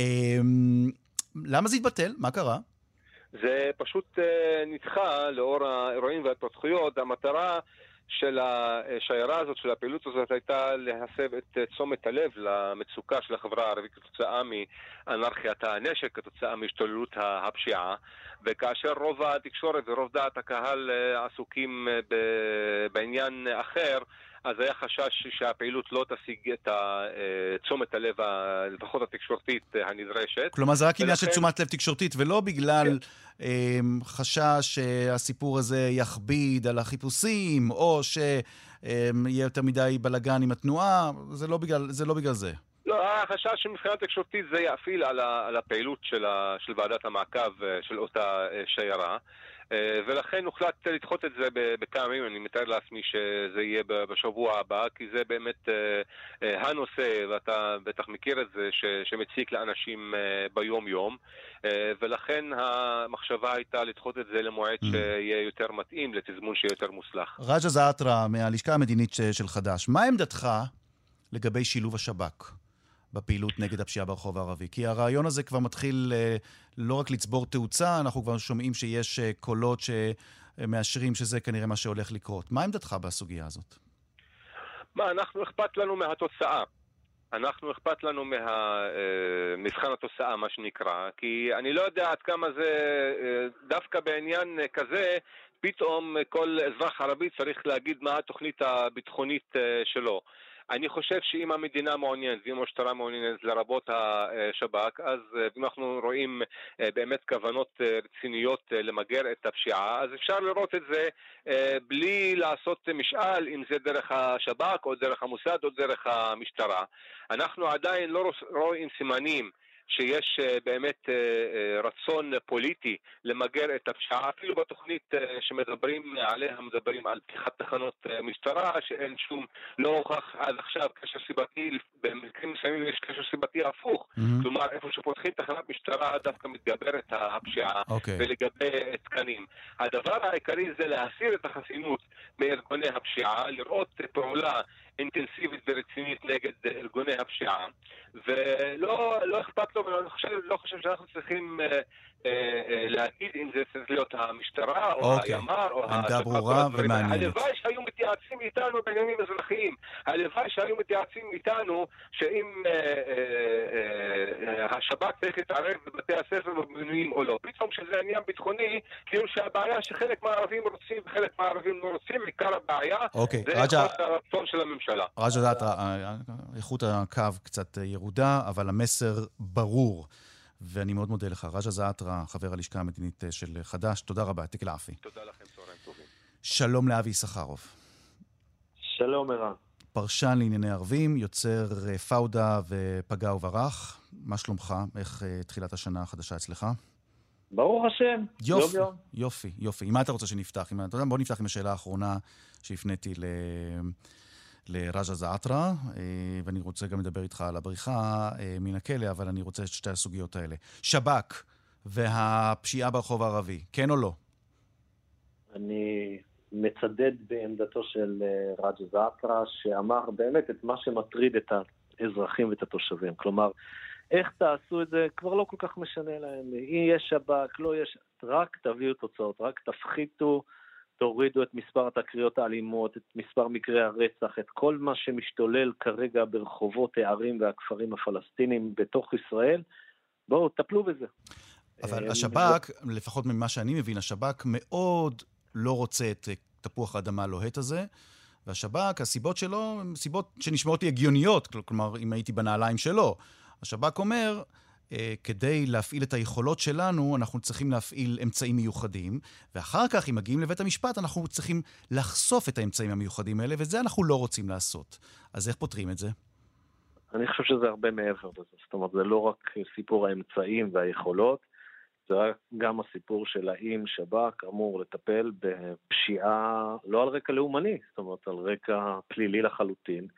למה זה התבטל? מה קרה? זה פשוט נדחה לאור האירועים וההתפתחויות. המטרה של השיירה הזאת, של הפעילות הזאת, הייתה להסב את תשומת הלב למצוקה של החברה הערבית כתוצאה מאנרכיית הנשק, כתוצאה מהשתוללות הפשיעה, וכאשר רוב התקשורת ורוב דעת הקהל עסוקים בעניין אחר, אז היה חשש שהפעילות לא תשיג את תשומת הלב, לפחות התקשורתית הנדרשת. כלומר, זה רק עניין של תשומת לב תקשורתית, ולא בגלל חשש שהסיפור הזה יכביד על החיפושים, או שיהיה יותר מדי בלגן עם התנועה, זה לא בגלל זה. לא, החשש שמבחינה תקשורתית זה יאפיל על הפעילות של ועדת המעקב של אותה שיירה. ולכן הוחלט לדחות את זה בכמה ימים. אני מתאר לעצמי שזה יהיה בשבוע הבא, כי זה באמת הנושא, ואתה בטח מכיר את זה, שמציק לאנשים ביום יום, ולכן המחשבה הייתה לדחות את זה למועד שיהיה יותר מתאים, לתזמון שיהיה יותר מוצלח. רג'ה זעאתרה, מהלשכה המדינית של חד"ש, מה עמדתך לגבי שילוב השב"כ בפעילות נגד הפשיעה ברחוב הערבי? כי הרעיון הזה כבר מתחיל לא רק לצבור תאוצה, אנחנו כבר שומעים שיש קולות שמאשרים שזה כנראה מה שהולך לקרות. מה עמדתך בסוגיה הזאת? אנחנו אכפת לנו מהתוצאה. אנחנו אכפת לנו מבחן התוצאה, מה שנקרא, כי אני לא יודע עד כמה זה, דווקא בעניין כזה, פתאום כל אזרח ערבי צריך להגיד מה התוכנית הביטחונית שלו. אני חושב שאם המדינה מעוניינת, ואם המשטרה מעוניינת לרבות השב"כ, אז אם אנחנו רואים באמת כוונות רציניות למגר את הפשיעה, אז אפשר לראות את זה בלי לעשות משאל, אם זה דרך השב"כ או דרך המוסד או דרך המשטרה. אנחנו עדיין לא רואים סימנים שיש באמת רצון פוליטי למגר את הפשיעה, אפילו בתוכנית שמדברים עליה, מדברים על פתיחת תחנות משטרה, שאין שום, לא הוכח עד עכשיו קשר סיבתי, במקרים מסוימים יש קשר סיבתי הפוך, כלומר איפה שפותחים תחנת משטרה דווקא מתגברת הפשיעה, ולגבי תקנים. הדבר העיקרי זה להסיר את החסינות מארגוני הפשיעה, לראות פעולה אינטנסיבית ורצינית נגד ארגוני הפשיעה, ולא אכפת לו, ואני לא חושב שאנחנו צריכים להגיד אם זה צריך להיות המשטרה או הימ"ר או עמדה ברורה ומעניינת. הלוואי שהיו מתייעצים איתנו בעניינים אזרחיים, הלוואי שהיו מתייעצים איתנו שאם השב"כ צריך להתערב בבתי הספר ובמינויים או לא. פתאום שזה עניין ביטחוני, כאילו שהבעיה שחלק מהערבים רוצים וחלק מהערבים לא רוצים, עיקר הבעיה זה חוסר הרצון של הממשלה. רג'ה זעאתרה, איכות הקו קצת ירודה, אבל המסר ברור. ואני מאוד מודה לך. רג'ה זעאתרה, חבר הלשכה המדינית של חד"ש, תודה רבה, יעתיק אל-עאפיה. תודה לכם, צהריים טובים. שלום לאבי יששכרוב. שלום ערן. פרשן לענייני ערבים, יוצר פאודה ופגע וברח. מה שלומך? איך תחילת השנה החדשה אצלך? ברוך השם. יופי. עם מה אתה רוצה שנפתח? בוא נפתח עם השאלה האחרונה שהפניתי לרג'ה זעאתרה, ואני רוצה גם לדבר איתך על הבריחה מן הכלא, אבל אני רוצה את שתי הסוגיות האלה. שב"כ והפשיעה ברחוב הערבי, כן או לא? אני מצדד בעמדתו של רג'ה זעאתרה, שאמר באמת את מה שמטריד את האזרחים ואת התושבים. כלומר, איך תעשו את זה כבר לא כל כך משנה להם. אם יש שב"כ, לא יש, רק תביאו תוצאות, רק תפחיתו, תורידו את מספר התקריות האלימות, את מספר מקרי הרצח, את כל מה שמשתולל כרגע ברחובות הערים והכפרים הפלסטינים בתוך ישראל. בואו, טפלו בזה. אבל השב"כ, לפחות ממה שאני מבין, השב"כ מאוד לא רוצה את תפוח האדמה הלוהט הזה, והשב"כ, הסיבות שלו, הן סיבות שנשמעות לי הגיוניות, כלומר, אם הייתי בנעליים שלו. השב"כ אומר, כדי להפעיל את היכולות שלנו, אנחנו צריכים להפעיל אמצעים מיוחדים, ואחר כך, אם מגיעים לבית המשפט, אנחנו צריכים לחשוף את האמצעים המיוחדים האלה, וזה אנחנו לא רוצים לעשות. אז איך פותרים את זה? אני חושב שזה הרבה מעבר לזה. זאת אומרת, זה לא רק סיפור האמצעים והיכולות, זה גם הסיפור של האם שב"כ אמור לטפל בפשיעה, לא על רקע לאומני, זאת אומרת, על רקע פלילי לחלוטין,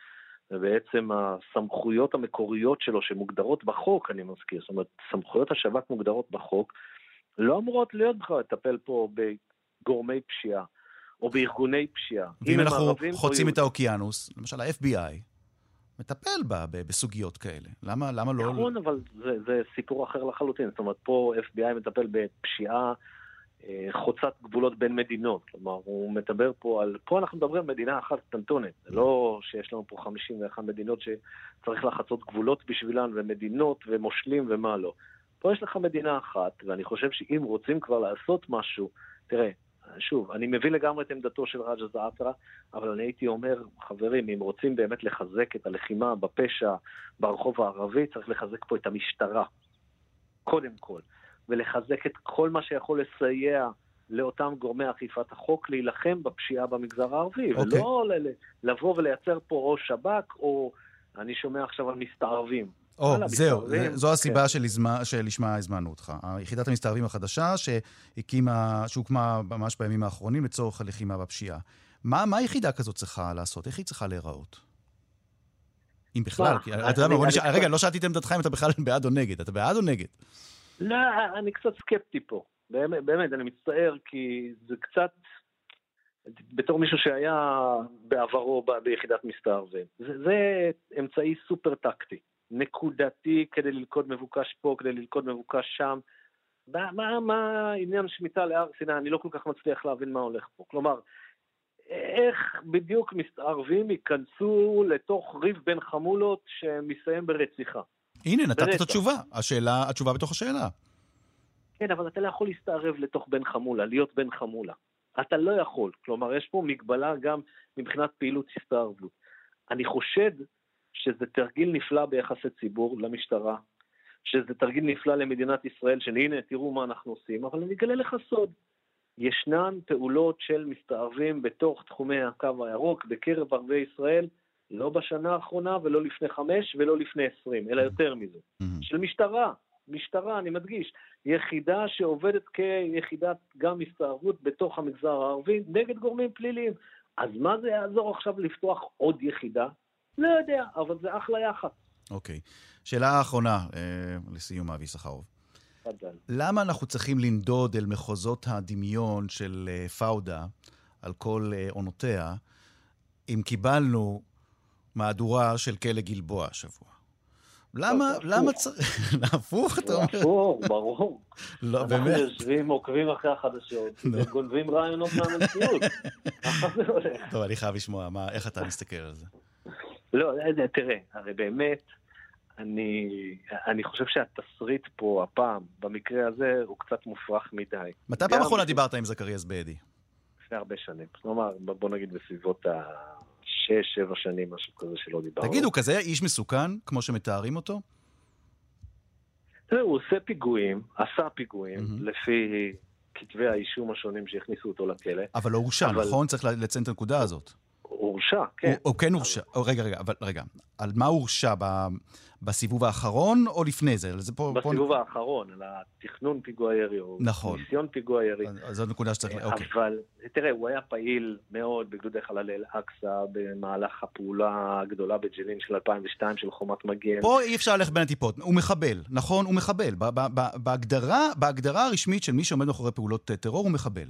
ובעצם הסמכויות המקוריות שלו שמוגדרות בחוק, אני מזכיר, זאת אומרת, סמכויות השב"כ מוגדרות בחוק, לא אמורות להיות בכלל לטפל פה בגורמי פשיעה, או בארגוני פשיעה. ואם אנחנו חוצים את האוקיינוס, למשל ה-FBI, מטפל בסוגיות כאלה. למה לא... נכון, אבל זה סיפור אחר לחלוטין. זאת אומרת, פה FBI מטפל בפשיעה חוצת גבולות בין מדינות. כלומר, הוא מדבר פה על... פה אנחנו מדברים על מדינה אחת קטנטונת. זה לא שיש לנו פה 51 מדינות שצריך לחצות גבולות בשבילן, ומדינות ומושלים ומה לא. פה יש לך מדינה אחת, ואני חושב שאם רוצים כבר לעשות משהו, תראה, שוב, אני מביא לגמרי את עמדתו של רג'ה זעאתרה, אבל אני הייתי אומר, חברים, אם רוצים באמת לחזק את הלחימה בפשע ברחוב הערבי, צריך לחזק פה את המשטרה, קודם כל, ולחזק את כל מה שיכול לסייע לאותם גורמי אכיפת החוק, להילחם בפשיעה במגזר הערבי, ולא לבוא ולייצר פה או שב"כ, או אני שומע עכשיו על מסתערבים. זו הסיבה שלשמה הזמנו אותך. יחידת המסתערבים החדשה שהוקמה ממש בימים האחרונים לצורך הלחימה בפשיעה. מה יחידה כזאת צריכה לעשות? איך היא צריכה להיראות? אם בכלל, רגע, לא שאלתי את עמדתך אם אתה בכלל בעד או נגד. אתה בעד או נגד? לא, אני קצת סקפטי פה. באמת, אני מצטער כי זה קצת, בתור מישהו שהיה בעברו ביחידת מסתערבים. זה אמצעי סופר טקטי. נקודתי כדי ללכוד מבוקש פה, כדי ללכוד מבוקש שם. מה העניין שמיטה להר סיני? אני לא כל כך מצליח להבין מה הולך פה. כלומר, איך בדיוק מסתערבים ייכנסו לתוך ריב בין חמולות שמסיים ברציחה? הנה, נתת את התשובה. התשובה בתוך השאלה. כן, אבל אתה לא יכול להסתערב לתוך בן חמולה, להיות בן חמולה. אתה לא יכול. כלומר, יש פה מגבלה גם מבחינת פעילות הסתערבות. אני חושד שזה תרגיל נפלא ביחסי ציבור למשטרה, שזה תרגיל נפלא למדינת ישראל, שהנה, תראו מה אנחנו עושים, אבל אני אגלה לך סוד. ישנן פעולות של מסתערבים בתוך תחומי הקו הירוק, בקרב ערבי ישראל, לא בשנה האחרונה ולא לפני 5 ולא לפני 20, אלא יותר מזה. של משטרה, אני מדגיש, יחידה שעובדת כיחידת גם מסתערבות בתוך המגזר הערבי, נגד גורמים פליליים. אז מה זה יעזור עכשיו לפתוח עוד יחידה? לא יודע, אבל זה אחלה יחד. אוקיי. שאלה האחרונה, לסיום אבי סחרוב. למה אנחנו צריכים לנדוד אל מחוזות הדמיון של פאודה, על כל עונותיה, אם קיבלנו מהדורה של כלא גלבוע השבוע? למה צריך... להפוך, אתה אומר? להפוך, ברור. לא, באמת. אנחנו יושבים, עוקבים אחרי החדשות, וגונבים רעיונות מהמציאות. טוב, אני חייב לשמוע, איך אתה מסתכל על זה? לא, תראה, הרי באמת, אני חושב שהתסריט פה, הפעם, במקרה הזה, הוא קצת מופרך מדי. מתי פעם אחרונה דיברת עם זכריה זביידי? לפני הרבה שנים. כלומר, בוא נגיד בסביבות 6-7 שנים, משהו כזה שלא דיברנו. תגיד, הוא כזה איש מסוכן, כמו שמתארים אותו? תראה, הוא עשה פיגועים, לפי כתבי האישום השונים שהכניסו אותו לכלא. אבל לא הורשע, נכון? צריך לציין את הנקודה הזאת. הורשע, כן. הוא כן הורשע. רגע. על מה הורשע? בסיבוב האחרון או לפני זה? בסיבוב האחרון, על התכנון פיגוע ירי, או ניסיון פיגוע ירי. זו נקודה שצריך... אבל, תראה, הוא היה פעיל מאוד בגדודי חללי אל-אקצא, במהלך הפעולה הגדולה בג'לין של 2002, של חומת מגן. פה אי אפשר ללכת בין הטיפות. הוא מחבל, נכון? הוא מחבל. בהגדרה הרשמית של מי שעומד מאחורי פעולות טרור, הוא מחבל.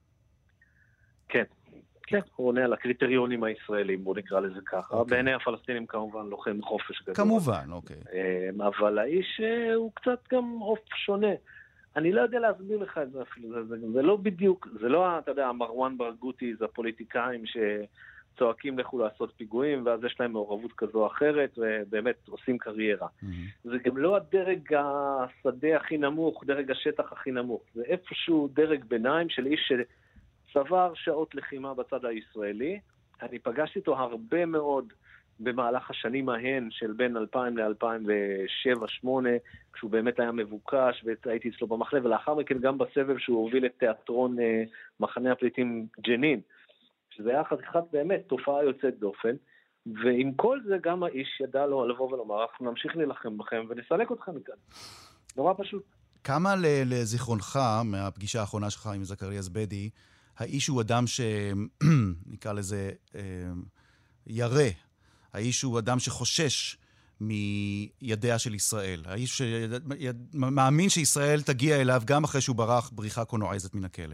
כן. כן, הוא עונה על הקריטריונים הישראלים, בוא נקרא לזה ככה. בעיני הפלסטינים כמובן לוחם חופש גדול. כמובן, אוקיי. אבל האיש הוא קצת גם עוף שונה. אני לא יודע להסביר לך את זה אפילו. זה לא בדיוק, זה לא, אתה יודע, מרואן ברגותי, זה הפוליטיקאים שצועקים לכו לעשות פיגועים, ואז יש להם מעורבות כזו או אחרת, ובאמת עושים קריירה. זה גם לא הדרג השדה הכי נמוך, דרג השטח הכי נמוך. זה איפשהו דרג ביניים של איש צבר שעות לחימה בצד הישראלי. אני פגשתי אותו הרבה מאוד במהלך השנים ההן של בין 2000 ל-2007-2008, כשהוא באמת היה מבוקש, והייתי אצלו במחלב, ולאחר מכן גם בסבב שהוא הוביל את תיאטרון מחנה הפליטים ג'נין, שזה היה חתיכת באמת תופעה יוצאת דופן, ועם כל זה גם האיש ידע לו לבוא ולומר, אנחנו נמשיך להילחם בכם ונסלק אתכם מכאן. נורא פשוט. כמה לזיכרונך מהפגישה האחרונה שלך עם זכריה זביידי, האיש הוא אדם שנקרא לזה ירא האיש הוא אדם שחושש מידיה של ישראל. האיש שמאמין שישראל תגיע אליו גם אחרי שהוא ברח בריחה כה נועזת מן הכלא.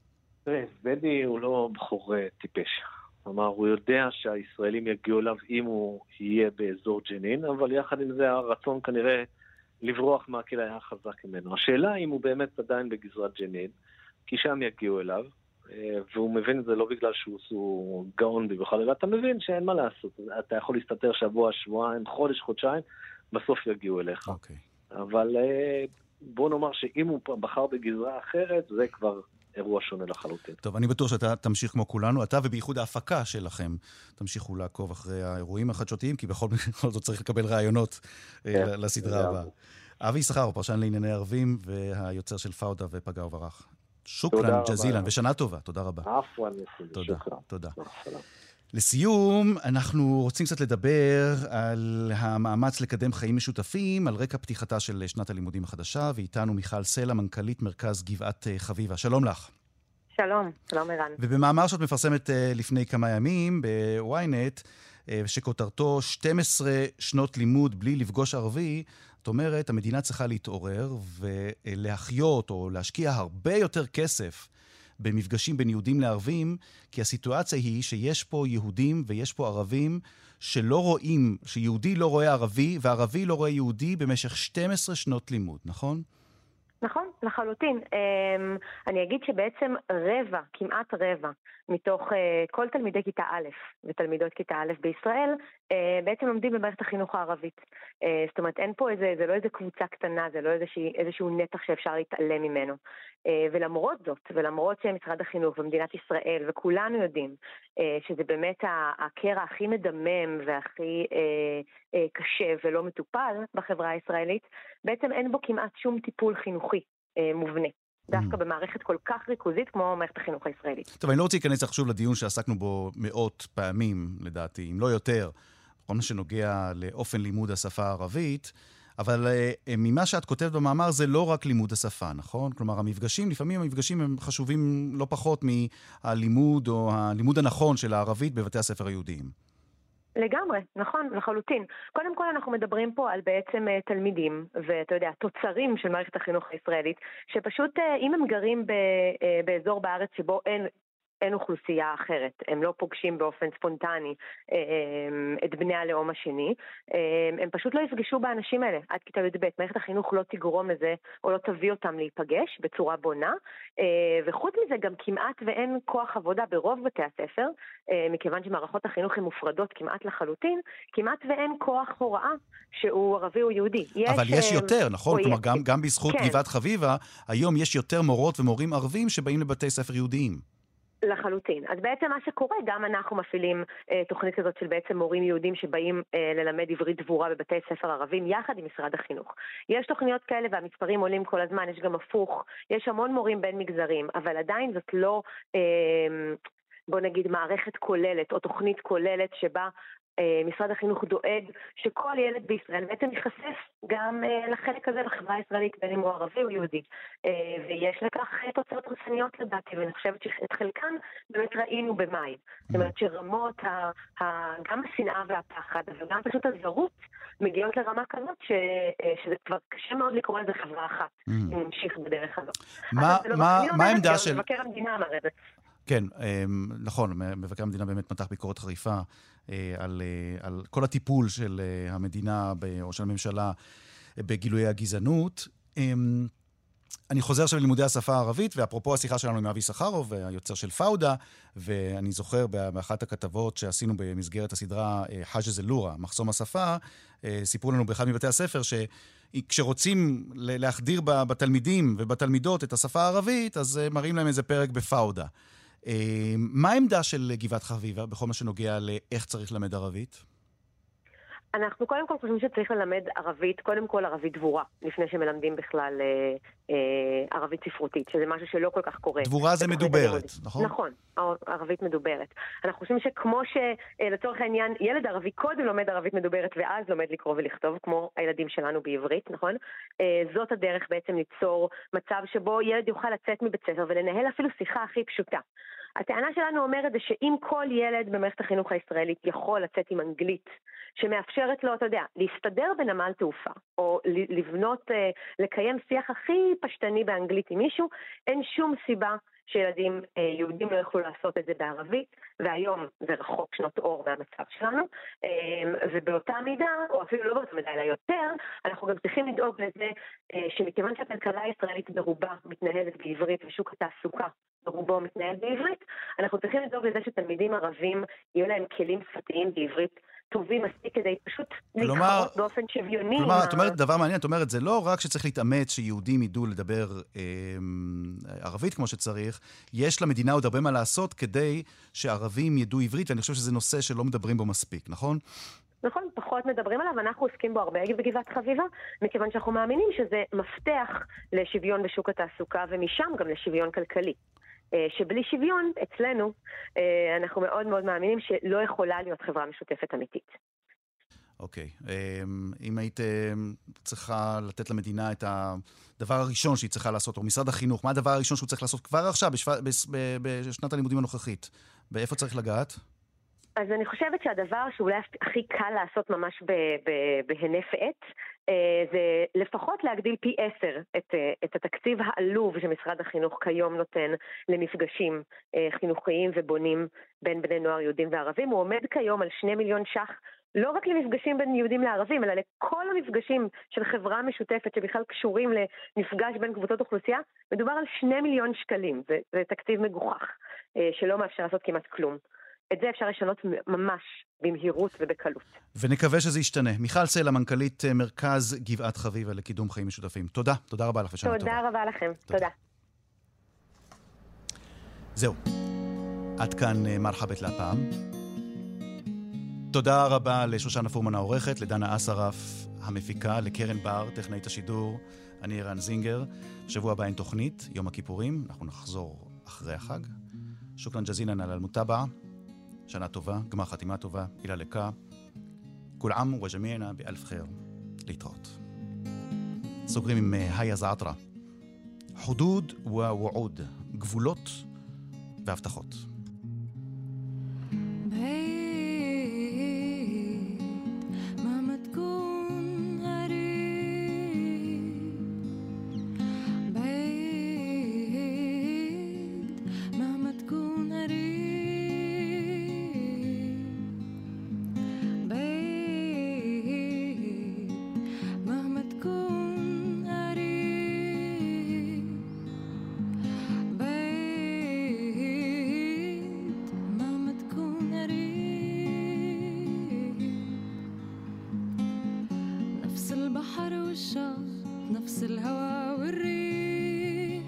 בני הוא לא בחור טיפש. כלומר, הוא יודע שהישראלים יגיעו אליו אם הוא יהיה באזור ג'נין, אבל יחד עם זה הרצון כנראה לברוח מהכלא היה חזק ממנו. השאלה אם הוא באמת עדיין בגזרת ג'נין, כי שם יגיעו אליו, והוא מבין את זה לא בגלל שהוא גאון במיוחד, אלא אתה מבין שאין מה לעשות. אתה יכול להסתתר שבוע, שבועיים, חודש, חודשיים, בסוף יגיעו אליך. אבל בוא נאמר שאם הוא בחר בגזרה אחרת, זה כבר אירוע שונה לחלוטין. טוב, אני בטוח שאתה תמשיך כמו כולנו, אתה ובייחוד ההפקה שלכם תמשיכו לעקוב אחרי האירועים החדשותיים, כי בכל זאת צריך לקבל רעיונות לסדרה הבאה. אבי יששכרוב, פרשן לענייני ערבים, והיוצר של פאודה ופגע וברח. שוקרן ג'זילן, ושנה טובה, תודה רבה. תודה. לסיום, אנחנו רוצים קצת לדבר על המאמץ לקדם חיים משותפים, על רקע פתיחתה של שנת הלימודים החדשה, ואיתנו מיכל סלע, מנכ"לית מרכז גבעת חביבה. שלום לך. שלום, שלום ערן. ובמאמר שאת מפרסמת לפני כמה ימים בוויינט, שכותרתו 12 שנות לימוד בלי לפגוש ערבי, זאת אומרת, המדינה צריכה להתעורר ולהחיות או להשקיע הרבה יותר כסף במפגשים בין יהודים לערבים, כי הסיטואציה היא שיש פה יהודים ויש פה ערבים שלא רואים, שיהודי לא רואה ערבי וערבי לא רואה יהודי במשך 12 שנות לימוד, נכון? נכון, לחלוטין. אני אגיד שבעצם רבע, כמעט רבע, מתוך כל תלמידי כיתה א' ותלמידות כיתה א' בישראל, בעצם לומדים במערכת החינוך הערבית. זאת אומרת, אין פה זה לא איזה קבוצה קטנה, זה לא איזשהו נתח שאפשר להתעלם ממנו. ולמרות זאת, ולמרות שמשרד החינוך ומדינת ישראל, וכולנו יודעים שזה באמת הקרע הכי מדמם והכי קשה ולא מטופל בחברה הישראלית, בעצם אין בו כמעט שום טיפול חינוכי מובנה. דווקא במערכת כל כך ריכוזית כמו מערכת החינוך הישראלית. טוב, אני לא רוצה להיכנס עכשיו לדיון שעסקנו בו מאות פעמים, לדעתי, אם לא יותר, בכל מה שנוגע לאופן לימוד השפה הערבית, אבל ממה שאת כותבת במאמר זה לא רק לימוד השפה, נכון? כלומר, לפעמים המפגשים הם חשובים לא פחות מהלימוד או הלימוד הנכון של הערבית בבתי הספר היהודיים. לגמרי, נכון, לחלוטין. קודם כל אנחנו מדברים פה על בעצם תלמידים, ואתה יודע, תוצרים של מערכת החינוך הישראלית, שפשוט אם הם גרים באזור בארץ שבו אין אוכלוסייה אחרת, הם לא פוגשים באופן ספונטני את בני הלאום השני, הם פשוט לא יפגשו באנשים האלה עד כיתה י"ב. מערכת החינוך לא תגרום לזה או לא תביא אותם להיפגש בצורה בונה, וחוץ מזה גם כמעט ואין כוח עבודה ברוב בתי הספר, מכיוון שמערכות החינוך הן מופרדות כמעט לחלוטין, כמעט ואין כוח הוראה שהוא ערבי או יהודי. אבל יש יותר, נכון? כלומר, גם בזכות גבעת חביבה, היום יש יותר מורות ומורים ערבים שבאים לבתי ספר יהודיים. לחלוטין. אז בעצם מה שקורה, גם אנחנו מפעילים תוכנית כזאת של בעצם מורים יהודים שבאים ללמד עברית דבורה בבתי ספר ערבים יחד עם משרד החינוך. יש תוכניות כאלה והמספרים עולים כל הזמן, יש גם הפוך, יש המון מורים בין מגזרים, אבל עדיין זאת לא, בוא נגיד, מערכת כוללת או תוכנית כוללת שבה משרד החינוך דואג שכל ילד בישראל בעצם ייחשף גם לחלק הזה בחברה הישראלית, בין אם הוא ערבי או יהודי. ויש לכך תוצאות רציניות לדעתי, ואני חושבת שאת חלקן באמת ראינו במאי. זאת אומרת שרמות גם השנאה והפחד, אבל גם פשוט הזרות מגיעות לרמה כזאת שזה כבר קשה מאוד לקרוא לזה חברה אחת, אם נמשיך בדרך הזאת. מה העמדה של... מבקר המדינה אמר את זה. כן, נכון, מבקר המדינה באמת מתח ביקורת חריפה על כל הטיפול של המדינה או של הממשלה בגילויי הגזענות. אני חוזר עכשיו ללימודי השפה הערבית, ואפרופו השיחה שלנו עם אבי יששכרוב, היוצר של פאודה, ואני זוכר באחת הכתבות שעשינו במסגרת הסדרה חאג' אל-לורה, מחסום השפה, סיפרו לנו באחד מבתי הספר שכשרוצים להחדיר בתלמידים ובתלמידות את השפה הערבית, אז מראים להם איזה פרק בפאודה. מה העמדה של גבעת חביבה בכל מה שנוגע לאיך צריך ללמד ערבית? אנחנו קודם כל חושבים שצריך ללמד ערבית, קודם כל ערבית דבורה, לפני שמלמדים בכלל ערבית ספרותית, שזה משהו שלא כל כך קורה. דבורה זה מדוברת, נכון? נכון, ערבית מדוברת. אנחנו חושבים שכמו שלצורך העניין, ילד ערבי קודם לומד ערבית מדוברת, ואז לומד לקרוא ולכתוב, כמו הילדים שלנו בעברית, נכון? זאת הדרך בעצם ליצור מצב שבו ילד יוכל לצאת מבית ספר ולנהל אפילו שיחה הכי פשוטה. הטענה שלנו אומרת זה שאם כל ילד במערכת החינוך הישראלית יכול לצאת עם אנגלית, שמאפשרת לו, אתה יודע, להסתדר בנמל תעופה, או לבנות, לקיים שיח הכי פשטני באנגלית עם מישהו, אין שום סיבה שילדים יהודים לא יכולו לעשות את זה בערבית, והיום זה רחוק שנות אור מהמצב שלנו, ובאותה מידה, או אפילו לא באותה מידה, אלא יותר, אנחנו גם צריכים לדאוג לזה שמכיוון שהכלכלה הישראלית ברובה מתנהלת בעברית, ושוק התעסוקה ברובו מתנהל בעברית, אנחנו צריכים לדאוג לזה שתלמידים ערבים יהיו להם כלים שפתיים בעברית טובים מספיק כדי פשוט להתחרות באופן שוויוני. כלומר, את אומרת דבר מעניין, את אומרת, זה לא רק שצריך להתאמץ שיהודים ידעו לדבר ערבית כמו שצריך, יש למדינה עוד הרבה מה לעשות כדי שערבים ידעו עברית, ואני חושב שזה נושא שלא מדברים בו מספיק, נכון? נכון, פחות מדברים עליו, אנחנו עוסקים בו הרבה בגבעת חביבה, מכיוון שאנחנו מאמינים שזה מפתח לשוויון בשוק התעסוקה, ומשם גם לשוויון כלכלי. שבלי שוויון, אצלנו, אנחנו מאוד מאוד מאמינים שלא יכולה להיות חברה משותפת אמיתית. אוקיי. אם היית צריכה לתת למדינה את הדבר הראשון שהיא צריכה לעשות, או משרד החינוך, מה הדבר הראשון שהוא צריך לעשות כבר עכשיו, בשנת הלימודים הנוכחית? באיפה צריך לגעת? אז אני חושבת שהדבר שאולי הכי קל לעשות ממש בהינף עת, זה לפחות להגדיל פי 10 את התקציב העלוב שמשרד החינוך כיום נותן למפגשים חינוכיים ובונים בין בני נוער יהודים וערבים. הוא עומד כיום על 2 מיליון ש"ח, לא רק למפגשים בין יהודים לערבים, אלא לכל המפגשים של חברה משותפת שבכלל קשורים למפגש בין קבוצות אוכלוסייה. מדובר על 2 מיליון שקלים, זה תקציב מגוחך שלא מאפשר לעשות כמעט כלום. את זה אפשר לשנות ממש במהירות ובקלות. ונקווה שזה ישתנה. מיכל סלע, מנכ"לית מרכז גבעת חביבה לקידום חיים משותפים. תודה. תודה רבה לך ושנה טובה. תודה רבה לכם. תודה. זהו. עד כאן מרחבת להפעם. תודה רבה לשושנה פורמן העורכת, לדנה אסרף המפיקה, לקרן בר, טכנאית השידור, אני ערן זינגר. שבוע הבא אין תוכנית, יום הכיפורים, אנחנו נחזור אחרי החג. שוקרן ג'זילן על המוטבע. שנה טובה, גמר חתימה טובה, אילה לקה. כול עאם וג'מיענה באלף חיר. להתראות. סוגרים עם היה זעתרה. חודוד ווועוד, גבולות והבטחות. نفس الهواء والريح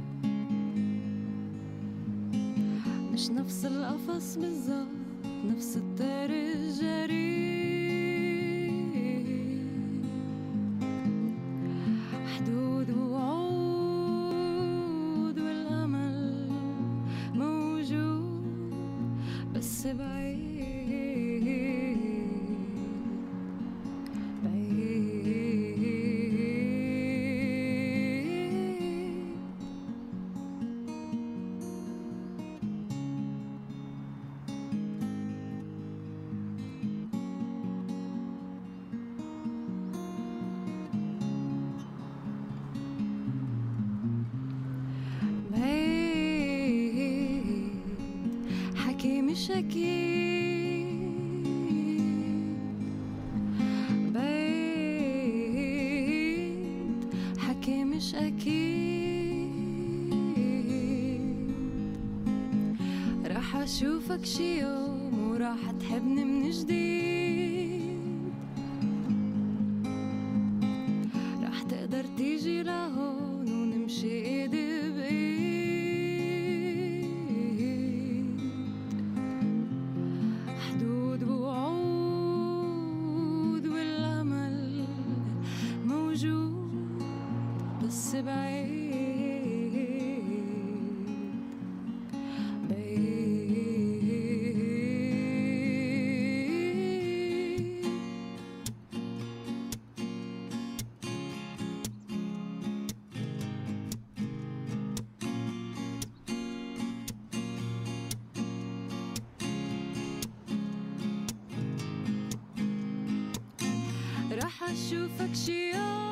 مش نفس القفص بالظبط نفس الطير الجريح حدود ووعود والأمل موجود بس بعيد مش أكيد بعيد حكي مش أكيد راح أشوفك شي يوم وراح تحبني من جديد راح تقدر تيجي لهون ونمشي إيدي بعيد حشوفك شي يوم